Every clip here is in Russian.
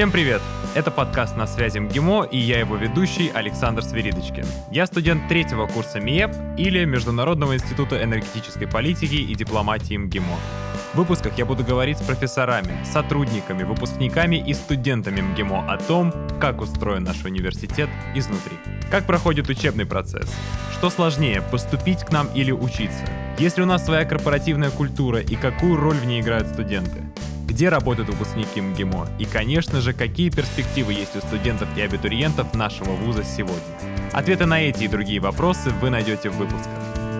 Всем привет! Это подкаст «На связи МГИМО» и я его ведущий Александр Свиридочкин. Я студент третьего курса МИЭП или Международного института энергетической политики и дипломатии МГИМО. В выпусках я буду говорить с профессорами, сотрудниками, выпускниками и студентами МГИМО о том, как устроен наш университет изнутри. Как проходит учебный процесс? Что сложнее, поступить к нам или учиться? Есть ли у нас своя корпоративная культура и какую роль в ней играют студенты? Где работают выпускники МГИМО? И, конечно же, какие перспективы есть у студентов и абитуриентов нашего вуза сегодня? Ответы на эти и другие вопросы вы найдете в выпусках.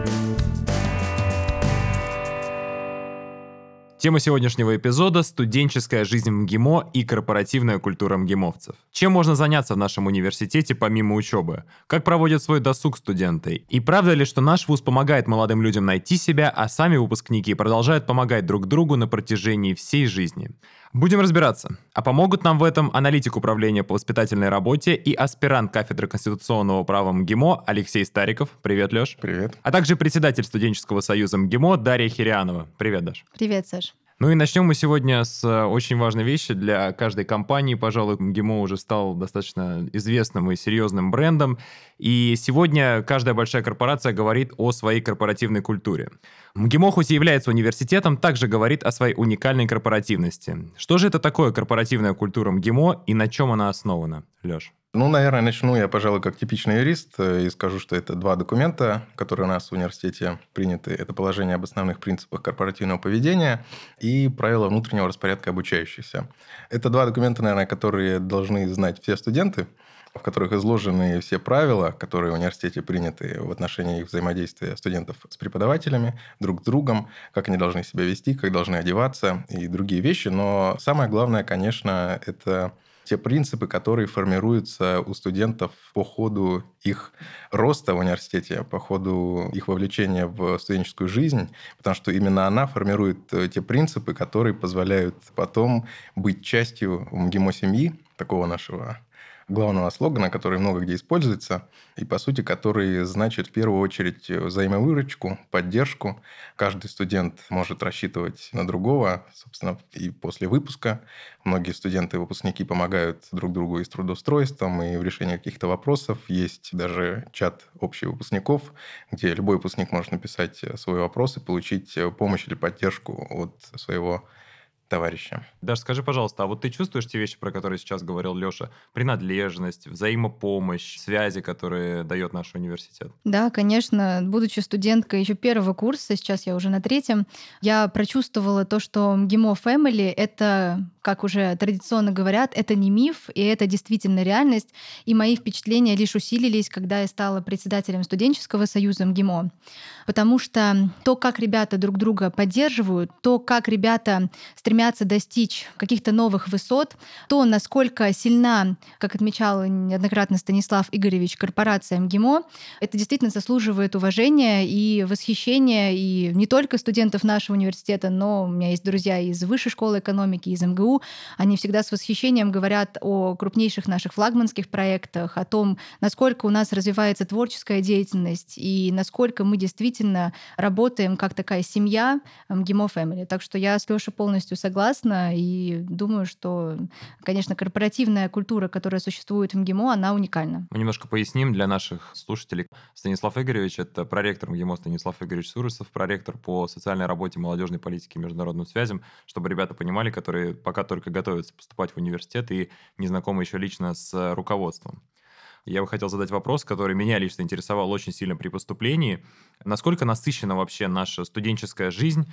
Тема сегодняшнего эпизода – студенческая жизнь МГИМО и корпоративная культура МГИМОвцев. Чем можно заняться в нашем университете помимо учебы? Как проводят свой досуг студенты? И правда ли, что наш вуз помогает молодым людям найти себя, а сами выпускники продолжают помогать друг другу на протяжении всей жизни? Будем разбираться. А помогут нам в этом аналитик управления по воспитательной работе и аспирант кафедры конституционного права МГИМО Алексей Стариков. Привет, Леш. Привет. А также председатель студенческого союза МГИМО Дарья Хирианова. Привет, Даш. Привет, Саш. Ну и начнем мы сегодня с очень важной вещи для каждой компании. Пожалуй, МГИМО уже стал достаточно известным и серьезным брендом. И сегодня каждая большая корпорация говорит о своей корпоративной культуре. МГИМО, хоть и является университетом, также говорит о своей уникальной корпоративности. Что же это такое корпоративная культура МГИМО и на чем она основана, Леш? Наверное, начну я, пожалуй, как типичный юрист и скажу, что это два документа, которые у нас в университете приняты. Это положение об основных принципах корпоративного поведения и правила внутреннего распорядка обучающихся. Это два документа, наверное, которые должны знать все студенты, в которых изложены все правила, которые в университете приняты в отношении их взаимодействия студентов с преподавателями, друг с другом, как они должны себя вести, как должны одеваться и другие вещи. Но самое главное, конечно, это те принципы, которые формируются у студентов по ходу их роста в университете, по ходу их вовлечения в студенческую жизнь, потому что именно она формирует те принципы, которые позволяют потом быть частью МГИМО семьи, такого нашего главного слогана, который много где используется, и, по сути, который значит в первую очередь взаимовыручку, поддержку. Каждый студент может рассчитывать на другого, собственно, и после выпуска. Многие студенты и выпускники помогают друг другу и с трудоустройством, и в решении каких-то вопросов. Есть даже чат общих выпускников, где любой выпускник может написать свой вопрос и получить помощь или поддержку от своего товарища. Даш, скажи, пожалуйста, а вот ты чувствуешь те вещи, про которые сейчас говорил Леша? Принадлежность, взаимопомощь, связи, которые дает наш университет? Да, конечно. Будучи студенткой еще первого курса, сейчас я уже на третьем, я прочувствовала то, что МГИМО Family — это, как уже традиционно говорят, это не миф, и это действительно реальность. И мои впечатления лишь усилились, когда я стала председателем студенческого союза МГИМО. Потому что то, как ребята друг друга поддерживают, то, как ребята стремятся достичь каких-то новых высот, то, насколько сильна, как отмечал неоднократно Станислав Игоревич, корпорация МГИМО, это действительно заслуживает уважения и восхищения и не только студентов нашего университета, но у меня есть друзья из Высшей школы экономики, из МГУ. Они всегда с восхищением говорят о крупнейших наших флагманских проектах, о том, насколько у нас развивается творческая деятельность и насколько мы действительно работаем как такая семья МГИМО Family. Так что я с Лешей полностью согласна и думаю, что, конечно, корпоративная культура, которая существует в МГИМО, она уникальна. Мы немножко поясним для наших слушателей. Станислав Игоревич — это проректор МГИМО Станислав Игоревич Сурысов, проректор по социальной работе, молодежной политике и международным связям, чтобы ребята понимали, которые пока только готовятся поступать в университет и не знакомы еще лично с руководством. Я бы хотел задать вопрос, который меня лично интересовал очень сильно при поступлении. Насколько насыщена вообще наша студенческая жизнь,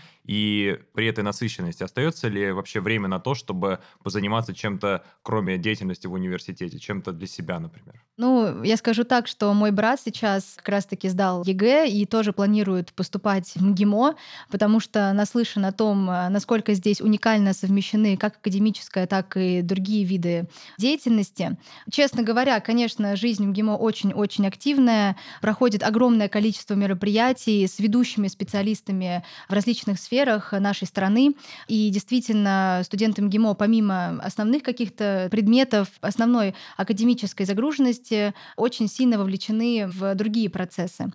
и при этой насыщенности остается ли вообще время на то, чтобы позаниматься чем-то, кроме деятельности в университете, чем-то для себя, например? Я скажу так, что мой брат сейчас как раз-таки сдал ЕГЭ и тоже планирует поступать в МГИМО, потому что наслышан о том, насколько здесь уникально совмещены как академическая, так и другие виды деятельности. Честно говоря, конечно, жизнь в МГИМО очень-очень активная. Проходит огромное количество мероприятий с ведущими специалистами в различных сферах нашей страны. И действительно, студенты МГИМО, помимо основных каких-то предметов, основной академической загруженности, очень сильно вовлечены в другие процессы.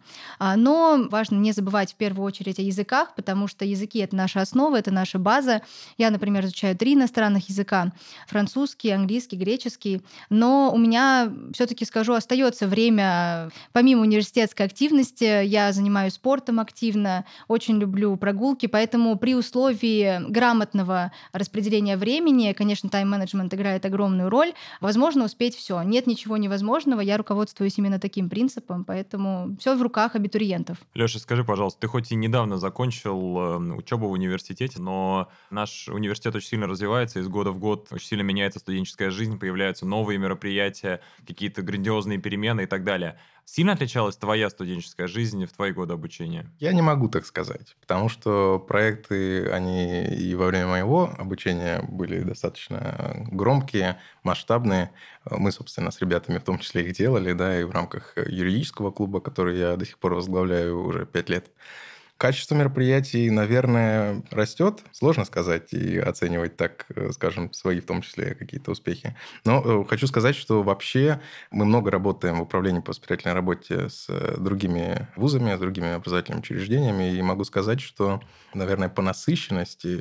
Но важно не забывать в первую очередь о языках, потому что языки — это наша основа, это наша база. Я, например, изучаю 3 иностранных языка: французский, английский, греческий. Но у меня, все-таки скажу, остается время, помимо университетской активности, я занимаюсь спортом активно, очень люблю прогулки, поэтому при условии грамотного распределения времени, конечно, тайм-менеджмент играет огромную роль, возможно успеть все. Нет ничего невозможного, я руководствуюсь именно таким принципом, поэтому все в руках абитуриентов. Леша, скажи, пожалуйста, ты хоть и недавно закончил учебу в университете, но наш университет очень сильно развивается, из года в год очень сильно меняется студенческая жизнь, появляются новые мероприятия, какие-то грандиозные перемены и так далее. Сильно отличалась твоя студенческая жизнь в твои годы обучения? Я не могу так сказать, потому что проекты, они и во время моего обучения были достаточно громкие, масштабные. Мы, собственно, с ребятами в том числе их делали, да, и в рамках юридического клуба, который я до сих пор возглавляю уже 5 лет. Качество мероприятий, наверное, растет. Сложно сказать и оценивать так, скажем, свои, в том числе, какие-то успехи. Но хочу сказать, что вообще мы много работаем в управлении по воспитательной работе с другими вузами, с другими образовательными учреждениями. И могу сказать, что, наверное, по насыщенности,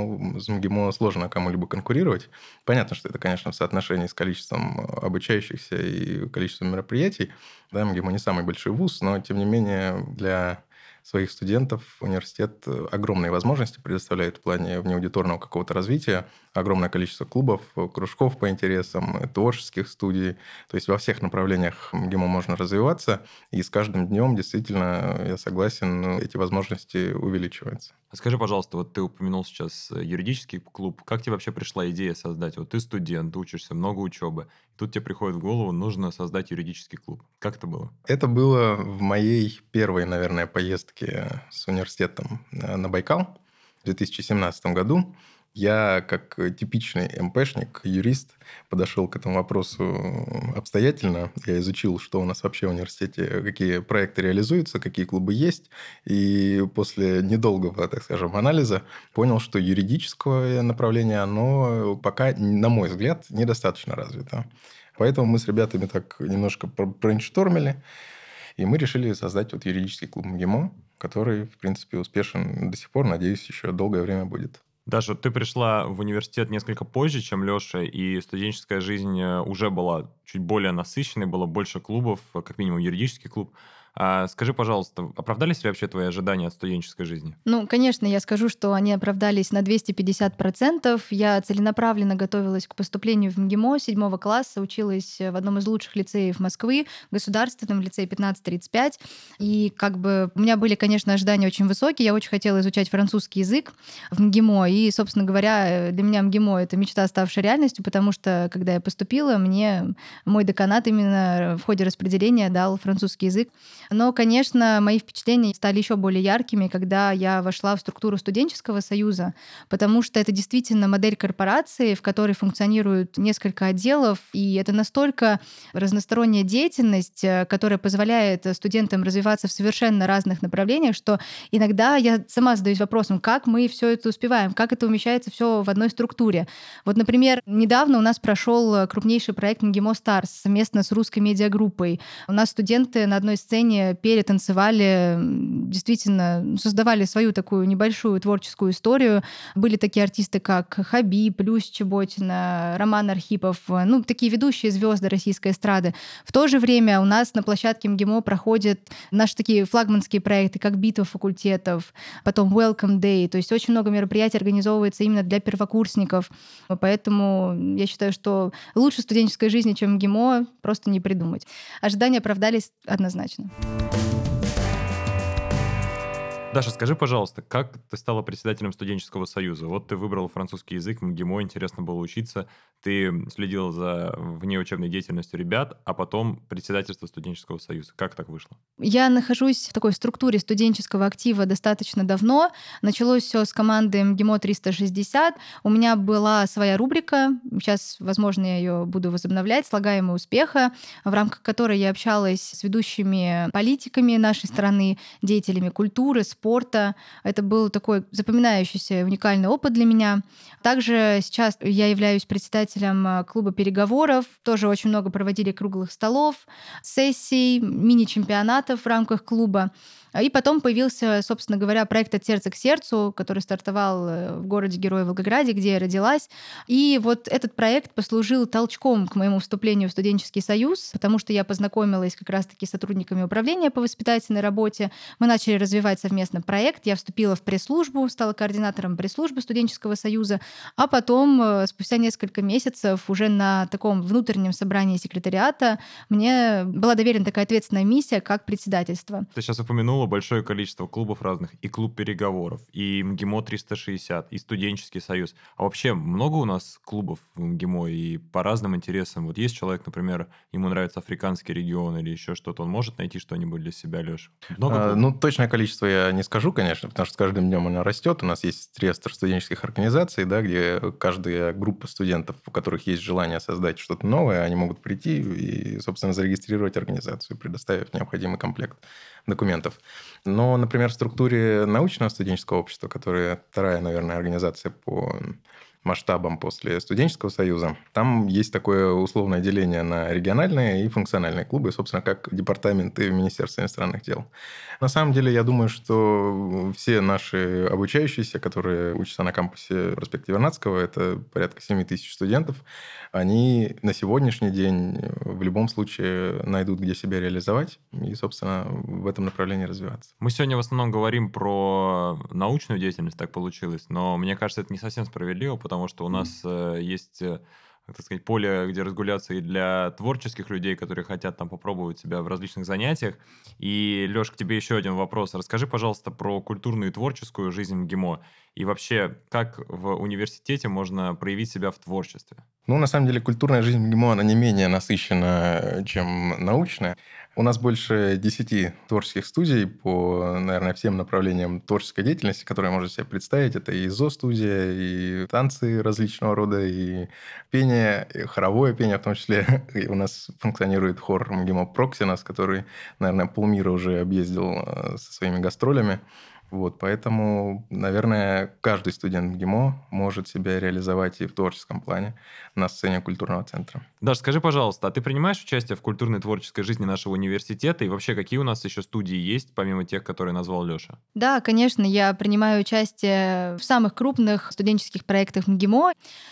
с МГИМО сложно кому-либо конкурировать. Понятно, что это, конечно, в соотношении с количеством обучающихся и количеством мероприятий. Да, МГИМО не самый большой вуз, но, тем не менее, для своих студентов университет огромные возможности предоставляет в плане внеаудиторного какого-то развития, огромное количество клубов, кружков по интересам, творческих студий. То есть во всех направлениях МГИМО можно развиваться, и с каждым днем действительно, я согласен, эти возможности увеличиваются. Скажи, пожалуйста, вот ты упомянул сейчас юридический клуб. Как тебе вообще пришла идея создать? Вот ты студент, ты учишься, много учебы. Тут тебе приходит в голову, нужно создать юридический клуб. Как это было? Это было в моей первой, наверное, поездке с университетом на Байкал в 2017 году. Я, как типичный МПшник, юрист, подошел к этому вопросу обстоятельно. Я изучил, что у нас вообще в университете, какие проекты реализуются, какие клубы есть. И после недолгого, так скажем, анализа понял, что юридическое направление, оно пока, на мой взгляд, недостаточно развито. Поэтому мы с ребятами так немножко брейнштормили, и мы решили создать вот юридический клуб МГИМО, который, в принципе, успешен до сих пор, надеюсь, еще долгое время будет. Даша, ты пришла в университет несколько позже, чем Леша, и студенческая жизнь уже была чуть более насыщенной, было больше клубов, как минимум юридический клуб. Скажи, пожалуйста, оправдались ли вообще твои ожидания от студенческой жизни? Конечно, я скажу, что они оправдались на 250%. Я целенаправленно готовилась к поступлению в МГИМО 7 класса, училась в одном из лучших лицеев Москвы, государственном лицее 1535. И у меня были, конечно, ожидания очень высокие. Я очень хотела изучать французский язык в МГИМО. И, собственно говоря, для меня МГИМО — это мечта, ставшая реальностью, потому что, когда я поступила, мне мой деканат именно в ходе распределения дал французский язык. Но, конечно, мои впечатления стали еще более яркими, когда я вошла в структуру студенческого союза, потому что это действительно модель корпорации, в которой функционируют несколько отделов, и это настолько разносторонняя деятельность, которая позволяет студентам развиваться в совершенно разных направлениях, что иногда я сама задаюсь вопросом, как мы все это успеваем, как это умещается все в одной структуре. Вот, например, недавно у нас прошел крупнейший проект МГИМО Старс совместно с русской медиагруппой. У нас студенты на одной сцене пели, танцевали, действительно создавали свою такую небольшую творческую историю. Были такие артисты, как Хабиб, Люся Чеботина, Роман Архипов, такие ведущие звезды российской эстрады. В то же время у нас на площадке МГИМО проходят наши такие флагманские проекты, как «Битва факультетов», потом Welcome Day. То есть очень много мероприятий организовывается именно для первокурсников. Поэтому я считаю, что лучше студенческой жизни, чем МГИМО, просто не придумать. Ожидания оправдались однозначно. Даша, скажи, пожалуйста, как ты стала председателем студенческого союза? Вот ты выбрал французский язык, МГИМО, интересно было учиться, ты следил за внеучебной деятельностью ребят, а потом председательство студенческого союза. Как так вышло? Я нахожусь в такой структуре студенческого актива достаточно давно. Началось все с команды МГИМО 360. У меня была своя рубрика, сейчас, возможно, я ее буду возобновлять, «Слагаемые успеха», в рамках которой я общалась с ведущими политиками нашей страны, деятелями культуры, спорта. Это был такой запоминающийся уникальный опыт для меня. Также сейчас я являюсь председателем клуба переговоров. Тоже очень много проводили круглых столов, сессий, мини-чемпионатов в рамках клуба. И потом появился, собственно говоря, проект «От сердца к сердцу», который стартовал в городе-герое Волгограде, где я родилась. И вот этот проект послужил толчком к моему вступлению в студенческий союз, потому что я познакомилась как раз-таки с сотрудниками управления по воспитательной работе. Мы начали развивать совместно проект. Я вступила в пресс-службу, стала координатором пресс-службы студенческого союза, а потом, спустя несколько месяцев, уже на таком внутреннем собрании секретариата мне была доверена такая ответственная миссия, как председательство. Ты сейчас упомянула большое количество клубов разных, и клуб переговоров, и МГИМО 360, и студенческий союз. А вообще много у нас клубов в МГИМО и по разным интересам? Вот есть человек, например, ему нравится африканский регион или еще что-то, он может найти что-нибудь для себя, Лёш? Много клубов? Ну, точное количество я не скажу, конечно, потому что с каждым днем оно растет. У нас есть реестр студенческих организаций, да, где каждая группа студентов, у которых есть желание создать что-то новое, они могут прийти и, собственно, зарегистрировать организацию, предоставив необходимый комплект документов. Но, например, в структуре научного студенческого общества, которая вторая, наверное, организация по масштабам после студенческого союза, там есть такое условное деление на региональные и функциональные клубы, собственно, как департаменты Министерства иностранных дел. На самом деле, я думаю, что все наши обучающиеся, которые учатся на кампусе проспекта Вернадского, это порядка 7 тысяч студентов, они на сегодняшний день в любом случае найдут, где себя реализовать и, собственно, в этом направлении развиваться. Мы сегодня в основном говорим про научную деятельность, так получилось, но мне кажется, это не совсем справедливо, потому что у нас есть, так сказать, поле, где разгуляться и для творческих людей, которые хотят там попробовать себя в различных занятиях. И, Лёш, к тебе еще один вопрос. Расскажи, пожалуйста, про культурную и творческую жизнь МГИМО. И вообще, как в университете можно проявить себя в творчестве? Ну, на самом деле, культурная жизнь МГИМО, она не менее насыщена, чем научная. У нас больше 10 творческих студий по, наверное, всем направлениям творческой деятельности, которые можно себе представить. Это и ЗО-студия, и танцы различного рода, и пение, и хоровое пение в том числе. И у нас функционирует хор МГИМО «Проксинос», который, наверное, полмира уже объездил со своими гастролями. Вот, поэтому, наверное, каждый студент МГИМО может себя реализовать и в творческом плане на сцене культурного центра. Даш, скажи, пожалуйста, а ты принимаешь участие в культурной творческой жизни нашего университета? И вообще, какие у нас еще студии есть, помимо тех, которые назвал Лёша? Да, конечно, я принимаю участие в самых крупных студенческих проектах МГИМО.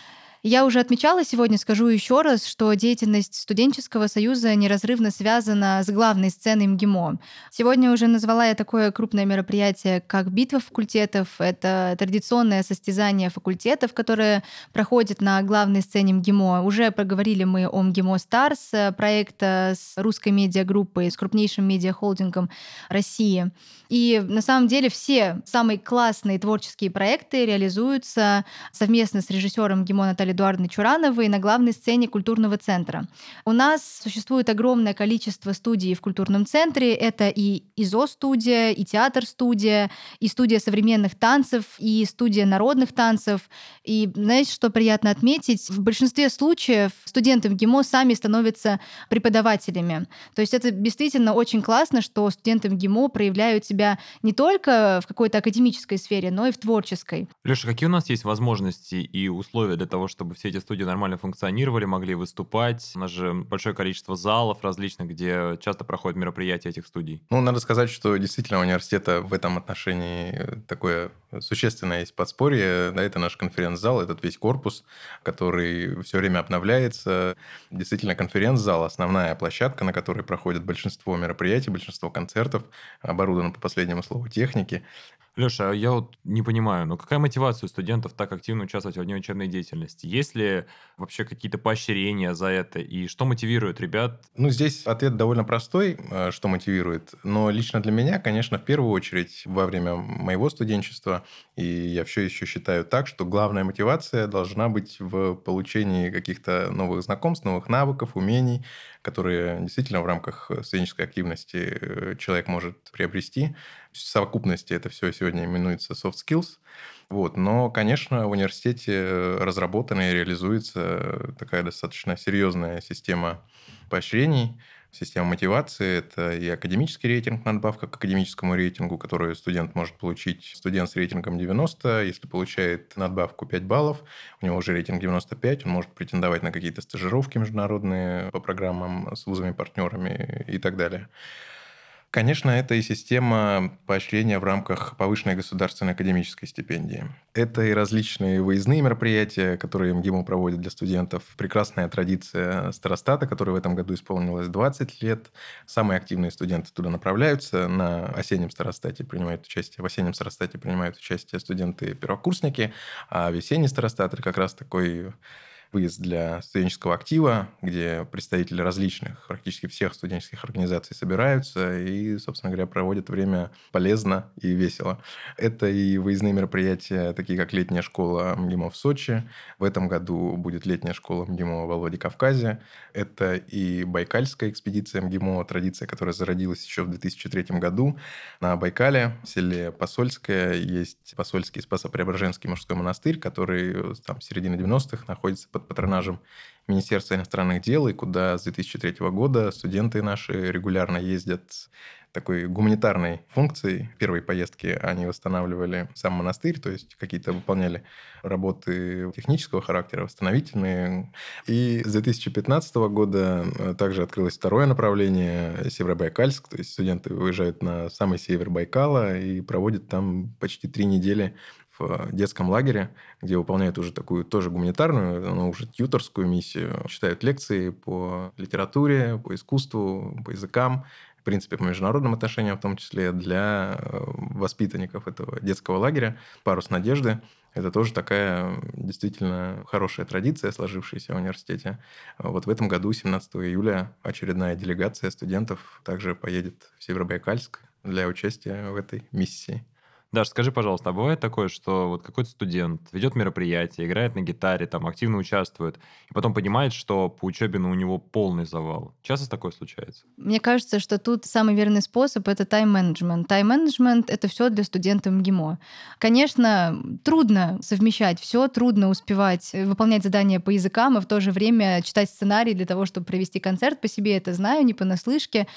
Я уже отмечала сегодня, скажу еще раз, что деятельность студенческого союза неразрывно связана с главной сценой МГИМО. Сегодня уже назвала я такое крупное мероприятие, как «Битва факультетов». Это традиционное состязание факультетов, которое проходит на главной сцене МГИМО. Уже проговорили мы о МГИМО Старс, проекта с русской медиагруппой, с крупнейшим медиахолдингом России. И на самом деле все самые классные творческие проекты реализуются совместно с режиссером МГИМО Натальей Эдуардовной Чурановой на главной сцене культурного центра. У нас существует огромное количество студий в культурном центре. Это и ИЗО-студия, и театр-студия, и студия современных танцев, и студия народных танцев. И знаете, что приятно отметить? В большинстве случаев студенты МГИМО сами становятся преподавателями. То есть это действительно очень классно, что студенты МГИМО проявляют себя не только в какой-то академической сфере, но и в творческой. Леша, какие у нас есть возможности и условия для того, чтобы все эти студии нормально функционировали, могли выступать? У нас же большое количество залов различных, где часто проходят мероприятия этих студий. Ну, надо сказать, что действительно у университета в этом отношении такое существенное есть подспорье. Да, это наш конференц-зал, этот весь корпус, который все время обновляется. Действительно, конференц-зал – основная площадка, на которой проходит большинство мероприятий, большинство концертов, оборудовано по последнему слову техники. Леша, а я вот не понимаю, ну какая мотивация у студентов так активно участвовать в внеучебной деятельности? Есть ли вообще какие-то поощрения за это? И что мотивирует ребят? Ну, здесь ответ довольно простой, что мотивирует. Но лично для меня, конечно, в первую очередь во время моего студенчества, и я все еще считаю так, что главная мотивация должна быть в получении каких-то новых знакомств, новых навыков, умений, которые действительно в рамках студенческой активности человек может приобрести. В совокупности это все сегодня именуется soft skills. Вот. Но, конечно, в университете разработана и реализуется такая достаточно серьезная система поощрений, система мотивации. Это и академический рейтинг, надбавка к академическому рейтингу, который студент может получить. Студент с рейтингом 90, если получает надбавку 5 баллов, у него уже рейтинг 95, он может претендовать на какие-то стажировки международные по программам с вузами-партнерами и так далее. Конечно, это и система поощрения в рамках повышенной государственной академической стипендии. Это и различные выездные мероприятия, которые МГИМО проводит для студентов. Прекрасная традиция старостата, которой в этом году исполнилось 20 лет. Самые активные студенты туда направляются. На осеннем старостате принимают участие, в осеннем старостате принимают участие студенты-первокурсники, а весенний старостат – это как раз такой выезд для студенческого актива, где представители различных, практически всех студенческих организаций собираются и, собственно говоря, проводят время полезно и весело. Это и выездные мероприятия, такие как летняя школа МГИМО в Сочи. В этом году будет летняя школа МГИМО во Владикавказе. Это и Байкальская экспедиция МГИМО, традиция, которая зародилась еще в 2003 году. На Байкале, в селе Посольское, есть Посольский Спасо-Преображенский мужской монастырь, который там, с середины 90-х находится под патронажем Министерства иностранных дел, и куда с 2003 года студенты наши регулярно ездят с такой гуманитарной функцией. В первой поездке они восстанавливали сам монастырь, то есть какие-то выполняли работы технического характера, восстановительные. И с 2015 года также открылось второе направление – Северобайкальск, то есть студенты выезжают на самый север Байкала и проводят там почти 3 недели в детском лагере, где выполняют уже такую тоже гуманитарную, но уже тьюторскую миссию. Читают лекции по литературе, по искусству, по языкам, в принципе, по международным отношениям, в том числе для воспитанников этого детского лагеря. «Парус надежды». Это тоже такая действительно хорошая традиция, сложившаяся в университете. Вот в этом году, 17 июля, очередная делегация студентов также поедет в Северобайкальск для участия в этой миссии. Даш, скажи, пожалуйста, а бывает такое, что вот какой-то студент ведет мероприятие, играет на гитаре, там активно участвует, и потом понимает, что по учебе у него полный завал? Часто такое случается? Мне кажется, что тут самый верный способ — это тайм-менеджмент. Тайм-менеджмент — это все для студента МГИМО. Конечно, трудно совмещать все, трудно успевать выполнять задания по языкам и в то же время читать сценарий для того, чтобы провести концерт. По себе это знаю, не понаслышке.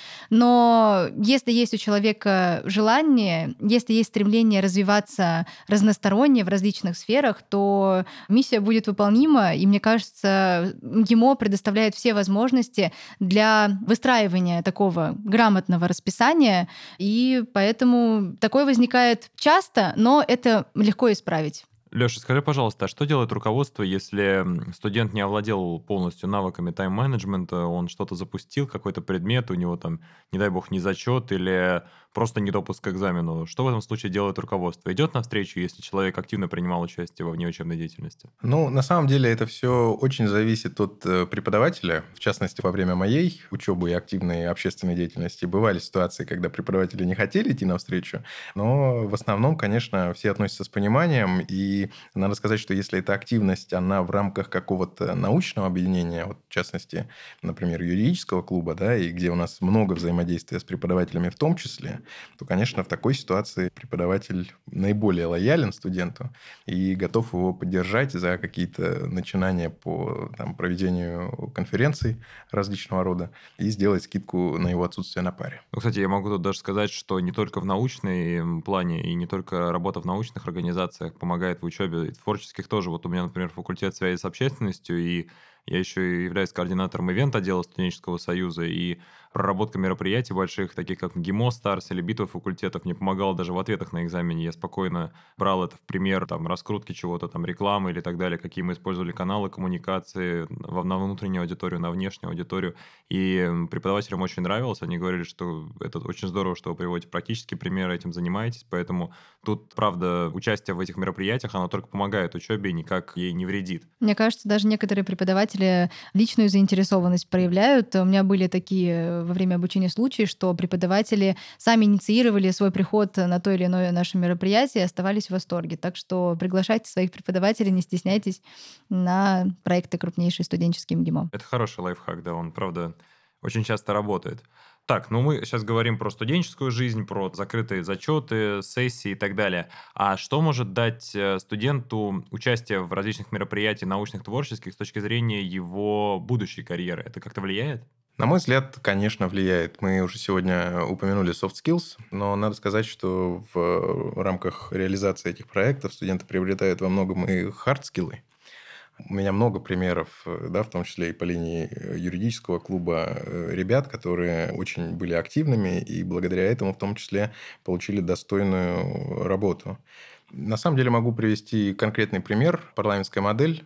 Но если есть у человека желание, если есть стремление развиваться разносторонне в различных сферах, то миссия будет выполнима. И мне кажется, МГИМО предоставляет все возможности для выстраивания такого грамотного расписания. И поэтому такое возникает часто, но это легко исправить. Леша, скажи, пожалуйста, а что делает руководство, если студент не овладел полностью навыками тайм-менеджмента, он что-то запустил, какой-то предмет, у него там, не дай бог, не зачет или просто недопуск к экзамену? Что в этом случае делает руководство? Идет навстречу, если человек активно принимал участие во внеучебной деятельности? Ну, на самом деле это все очень зависит от преподавателя. В частности, во время моей учебы и активной общественной деятельности бывали ситуации, когда преподаватели не хотели идти навстречу, но в основном, конечно, все относятся с пониманием. И надо сказать, что если эта активность, она в рамках какого-то научного объединения, вот, в частности, например, юридического клуба, да, и где у нас много взаимодействия с преподавателями в том числе, то, конечно, в такой ситуации преподаватель наиболее лоялен студенту и готов его поддержать за какие-то начинания по там, проведению конференций различного рода и сделать скидку на его отсутствие на паре. Ну, кстати, я могу тут даже сказать, что не только в научной плане и не только работа в научных организациях помогает в учебе, и в творческих тоже. Вот у меня, например, факультет связи с общественностью, и Я еще и являюсь координатором ивент-отдела студенческого союза, и проработка мероприятий больших, таких как МГИМО, Старс или битва факультетов, мне помогала даже в ответах на экзамене. Я спокойно брал это в пример, там, раскрутки чего-то, там, рекламы или так далее, какие мы использовали каналы коммуникации на внутреннюю аудиторию, на внешнюю аудиторию. И преподавателям очень нравилось, они говорили, что это очень здорово, что вы приводите практические примеры, этим занимаетесь, поэтому тут, правда, участие в этих мероприятиях, оно только помогает учебе и никак ей не вредит. Мне кажется, даже некоторые преподаватели личную заинтересованность проявляют. У меня были такие во время обучения случаи, что преподаватели сами инициировали свой приход на то или иное наше мероприятие и оставались в восторге. Так что приглашайте своих преподавателей, не стесняйтесь, на проекты крупнейшие студенческие МГИМО. Это хороший лайфхак, да, он, правда, очень часто работает. Так, ну мы сейчас говорим про студенческую жизнь, про закрытые зачеты, сессии и так далее. А что может дать студенту участие в различных мероприятиях научных, творческих с точки зрения его будущей карьеры? Это как-то влияет? На мой взгляд, конечно, влияет. Мы уже сегодня упомянули soft skills, но надо сказать, что в рамках реализации этих проектов студенты приобретают во многом и hard skills. У меня много примеров, да, в том числе и по линии юридического клуба, ребят, которые очень были активными и благодаря этому в том числе получили достойную работу. На самом деле могу привести конкретный пример. Парламентская модель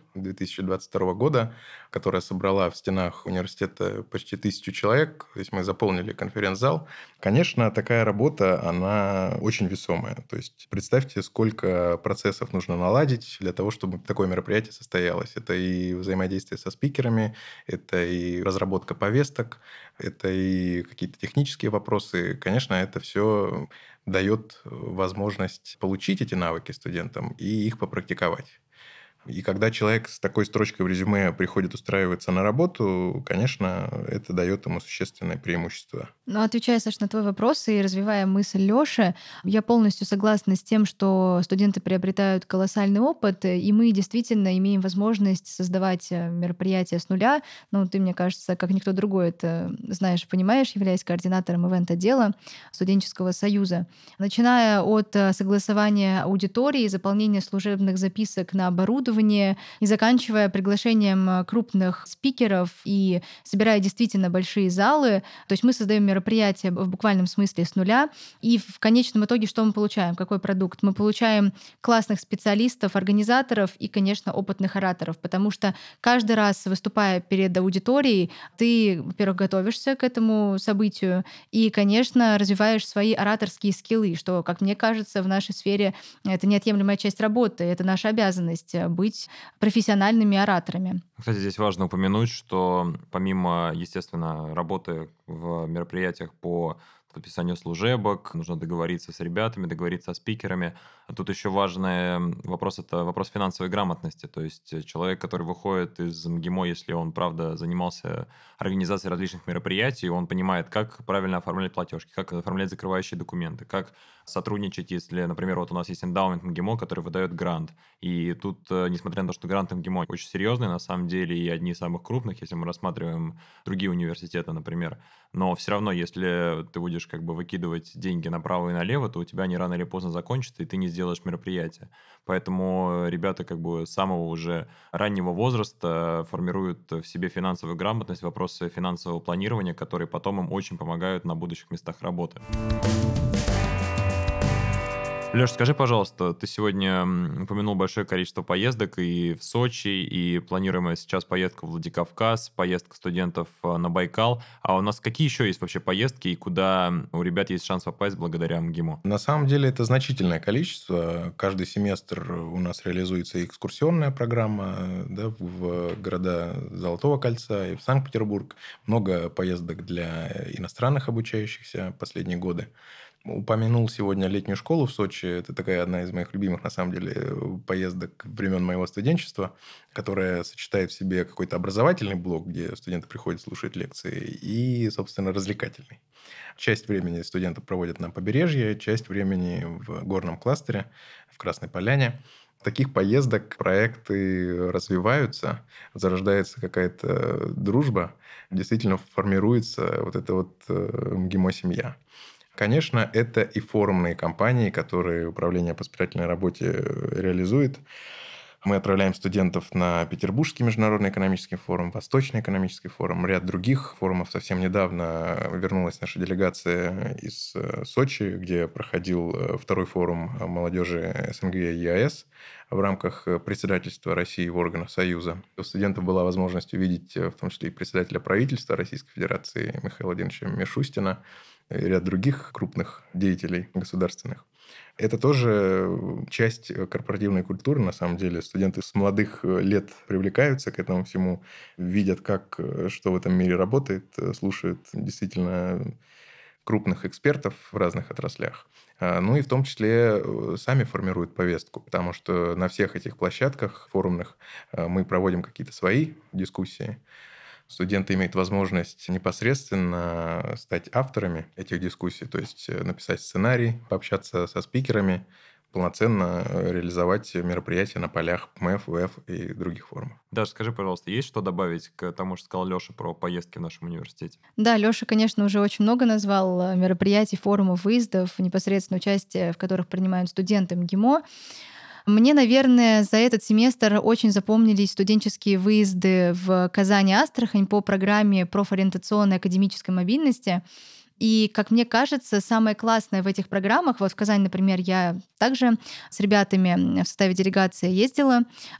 2022 года, которая собрала в стенах университета почти 1000 человек. То есть мы заполнили конференц-зал. Конечно, такая работа, она очень весомая. То есть представьте, сколько процессов нужно наладить для того, чтобы такое мероприятие состоялось. Это и взаимодействие со спикерами, это и разработка повесток, это и какие-то технические вопросы. Конечно, это все дает возможность получить эти навыки студентам и их попрактиковать. И когда человек с такой строчкой в резюме приходит устраиваться на работу, конечно, это дает ему существенное преимущество. Ну, отвечая, Саш, на твой вопрос и развивая мысль Лёши, я полностью согласна с тем, что студенты приобретают колоссальный опыт, и мы действительно имеем возможность создавать мероприятия с нуля. Ну, ты, мне кажется, как никто другой это знаешь, понимаешь, являясь координатором ивент-отдела студенческого союза. Начиная от согласования аудитории, заполнения служебных записок на оборудование и заканчивая приглашением крупных спикеров и собирая действительно большие залы. То есть мы создаем мероприятие в буквальном смысле с нуля. И в конечном итоге что мы получаем? Какой продукт? Мы получаем классных специалистов, организаторов и, конечно, опытных ораторов, потому что каждый раз, выступая перед аудиторией, ты, во-первых, готовишься к этому событию и, конечно, развиваешь свои ораторские скиллы, что, как мне кажется, в нашей сфере это неотъемлемая часть работы, это наша обязанность быть профессиональными ораторами. Кстати, здесь важно упомянуть, что помимо, естественно, работы в мероприятиях по подписанию служебок, нужно договориться с ребятами, договориться со спикерами. А тут еще важный вопрос – это вопрос финансовой грамотности. То есть человек, который выходит из МГИМО, если он, правда, занимался организацией различных мероприятий, он понимает, как правильно оформлять платежки, как оформлять закрывающие документы, как сотрудничать, если, например, вот у нас есть эндаумент МГИМО, который выдает грант. И тут, несмотря на то, что гранты МГИМО очень серьезные, на самом деле, и одни из самых крупных, если мы рассматриваем другие университеты, например, но все равно, если ты будешь как бы выкидывать деньги направо и налево, то у тебя они рано или поздно закончатся, и ты не сделаешь мероприятие. Поэтому ребята как бы с самого уже раннего возраста формируют в себе финансовую грамотность, вопросы финансового планирования, которые потом им очень помогают на будущих местах работы. Леш, скажи, пожалуйста, ты сегодня упомянул большое количество поездок и в Сочи, и планируемая сейчас поездка в Владикавказ, поездка студентов на Байкал. А у нас какие еще есть вообще поездки, и куда у ребят есть шанс попасть благодаря МГИМО? На самом деле это значительное количество. Каждый семестр у нас реализуется экскурсионная программа, да, в города Золотого кольца и в Санкт-Петербург. Много поездок для иностранных обучающихся последние годы. Упомянул сегодня летнюю школу в Сочи. Это такая одна из моих любимых, на самом деле, поездок времен моего студенчества, которая сочетает в себе какой-то образовательный блок, где студенты приходят слушать лекции, и, собственно, развлекательный. Часть времени студенты проводят на побережье, часть времени в горном кластере, в Красной Поляне. Таких поездок проекты развиваются, зарождается какая-то дружба, действительно формируется вот эта вот МГИМО-семья. Конечно, это и форумные компании, которые Управление по воспитательной работе реализует. Мы отправляем студентов на Петербургский международный экономический форум, Восточный экономический форум, ряд других форумов. Совсем недавно вернулась наша делегация из Сочи, где проходил второй форум молодежи СНГ и ЕАЭС в рамках председательства России в органах Союза. У студентов была возможность увидеть в том числе и председателя правительства Российской Федерации Михаила Владимировича Мишустина и ряд других крупных деятелей государственных. Это тоже часть корпоративной культуры, на самом деле. Студенты с молодых лет привлекаются к этому всему, видят, что в этом мире работает, слушают действительно крупных экспертов в разных отраслях. Ну и в том числе сами формируют повестку, потому что на всех этих площадках форумных мы проводим какие-то свои дискуссии. Студенты имеют возможность непосредственно стать авторами этих дискуссий, то есть написать сценарий, пообщаться со спикерами, полноценно реализовать мероприятия на полях ПМЭФ, ВЭФ и других форумов. Даша, скажи, пожалуйста, есть что добавить к тому, что сказал Леша про поездки в нашем университете? Да, Лёша, конечно, уже очень много назвал мероприятий, форумов, выездов, непосредственно участие в которых принимают студенты МГИМО. Мне, наверное, за этот семестр очень запомнились студенческие выезды в Казань и Астрахань по программе профориентационной академической мобильности. И, как мне кажется, самое классное в этих программах, вот в Казань, например, я также с ребятами в составе делегации ездила,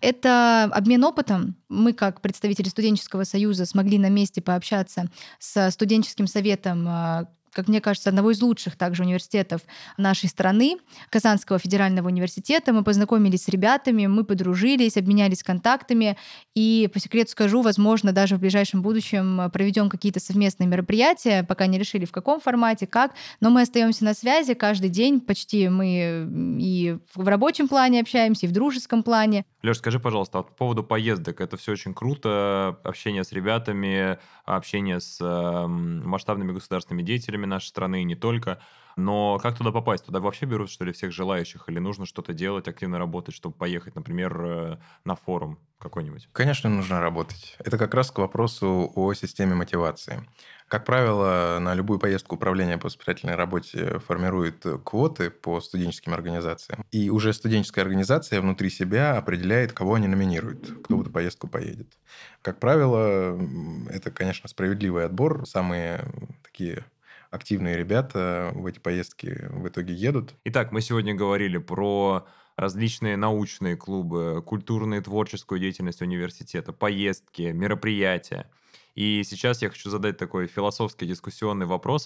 это обмен опытом. Мы, как представители студенческого союза, смогли на месте пообщаться с студенческим советом, как мне кажется, одного из лучших также университетов нашей страны, Казанского федерального университета. Мы познакомились с ребятами, мы подружились, обменялись контактами. И по секрету скажу, возможно, даже в ближайшем будущем проведем какие-то совместные мероприятия, пока не решили, в каком формате, как. Но мы остаемся на связи каждый день. Почти мы и в рабочем плане общаемся, и в дружеском плане. Леш, скажи, пожалуйста, по поводу поездок. Это все очень круто. Общение с ребятами, общение с масштабными государственными деятелями нашей страны и не только. Но как туда попасть? Туда вообще берут, что ли, всех желающих? Или нужно что-то делать, активно работать, чтобы поехать, например, на форум какой-нибудь? Конечно, нужно работать. Это как раз к вопросу о системе мотивации. Как правило, на любую поездку управление по воспитательной работе формирует квоты по студенческим организациям. И уже студенческая организация внутри себя определяет, кого они номинируют, кто в эту поездку поедет. Как правило, это, конечно, справедливый отбор. Самые такие активные ребята в эти поездки в итоге едут. Итак, мы сегодня говорили про различные научные клубы, культурную и творческую деятельность университета, поездки, мероприятия. И сейчас я хочу задать такой философский дискуссионный вопрос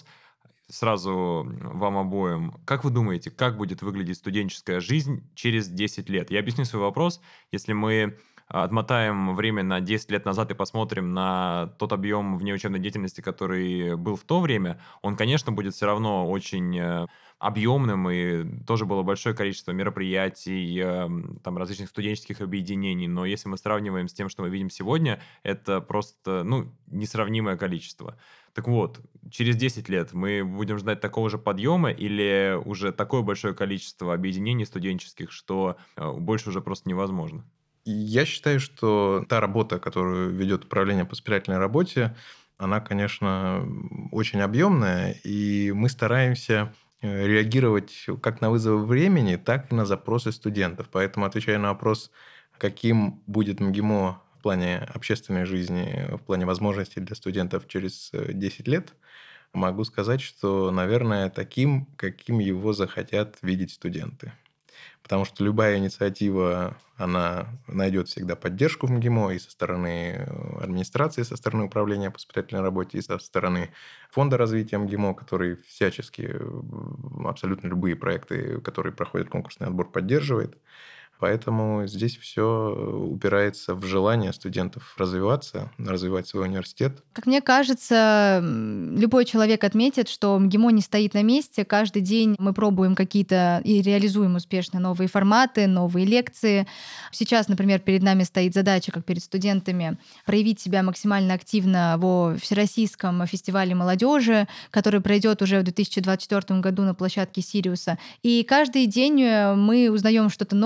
сразу вам обоим. Как вы думаете, как будет выглядеть студенческая жизнь через 10 лет? Я объясню свой вопрос. Если мы отмотаем время на 10 лет назад и посмотрим на тот объем внеучебной деятельности, который был в то время, он, конечно, будет все равно очень объемным, и тоже было большое количество мероприятий, там, различных студенческих объединений. Но если мы сравниваем с тем, что мы видим сегодня, это просто, несравнимое количество. Так вот, через 10 лет мы будем ждать такого же подъема или уже такое большое количество объединений студенческих, что больше уже просто невозможно? Я считаю, что та работа, которую ведет управление по воспитательной работе, она, конечно, очень объемная, и мы стараемся реагировать как на вызовы времени, так и на запросы студентов. Поэтому, отвечая на вопрос, каким будет МГИМО в плане общественной жизни, в плане возможностей для студентов через 10 лет, могу сказать, что, наверное, таким, каким его захотят видеть студенты. Потому что любая инициатива, она найдет всегда поддержку в МГИМО и со стороны администрации, со стороны управления по воспитательной работе, и со стороны фонда развития МГИМО, который всячески абсолютно любые проекты, которые проходят конкурсный отбор, поддерживает. Поэтому здесь все упирается в желание студентов развиваться, развивать свой университет. Как мне кажется, любой человек отметит, что МГИМО не стоит на месте. Каждый день мы пробуем какие-то и реализуем успешно новые форматы, новые лекции. Сейчас, например, перед нами стоит задача, как перед студентами, проявить себя максимально активно во Всероссийском фестивале молодежи, который пройдет уже в 2024 году на площадке Сириуса. И каждый день мы узнаем что-то новое, готовим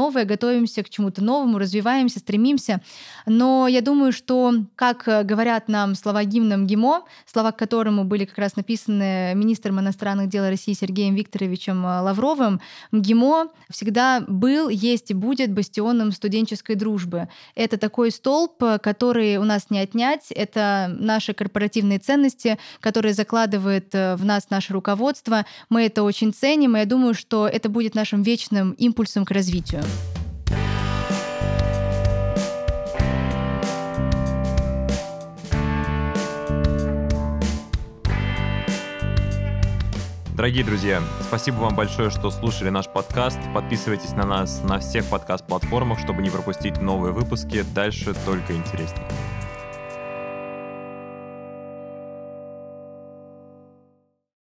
готовимся к чему-то новому, развиваемся, стремимся. Но я думаю, что, как говорят нам слова гимна МГИМО, слова к которому были как раз написаны министром иностранных дел России Сергеем Викторовичем Лавровым, МГИМО всегда был, есть и будет бастионом студенческой дружбы. Это такой столб, который у нас не отнять. Это наши корпоративные ценности, которые закладывает в нас наше руководство. Мы это очень ценим, и я думаю, что это будет нашим вечным импульсом к развитию. Дорогие друзья, спасибо вам большое, что слушали наш подкаст. Подписывайтесь на нас на всех подкаст-платформах, чтобы не пропустить новые выпуски. Дальше только интереснее.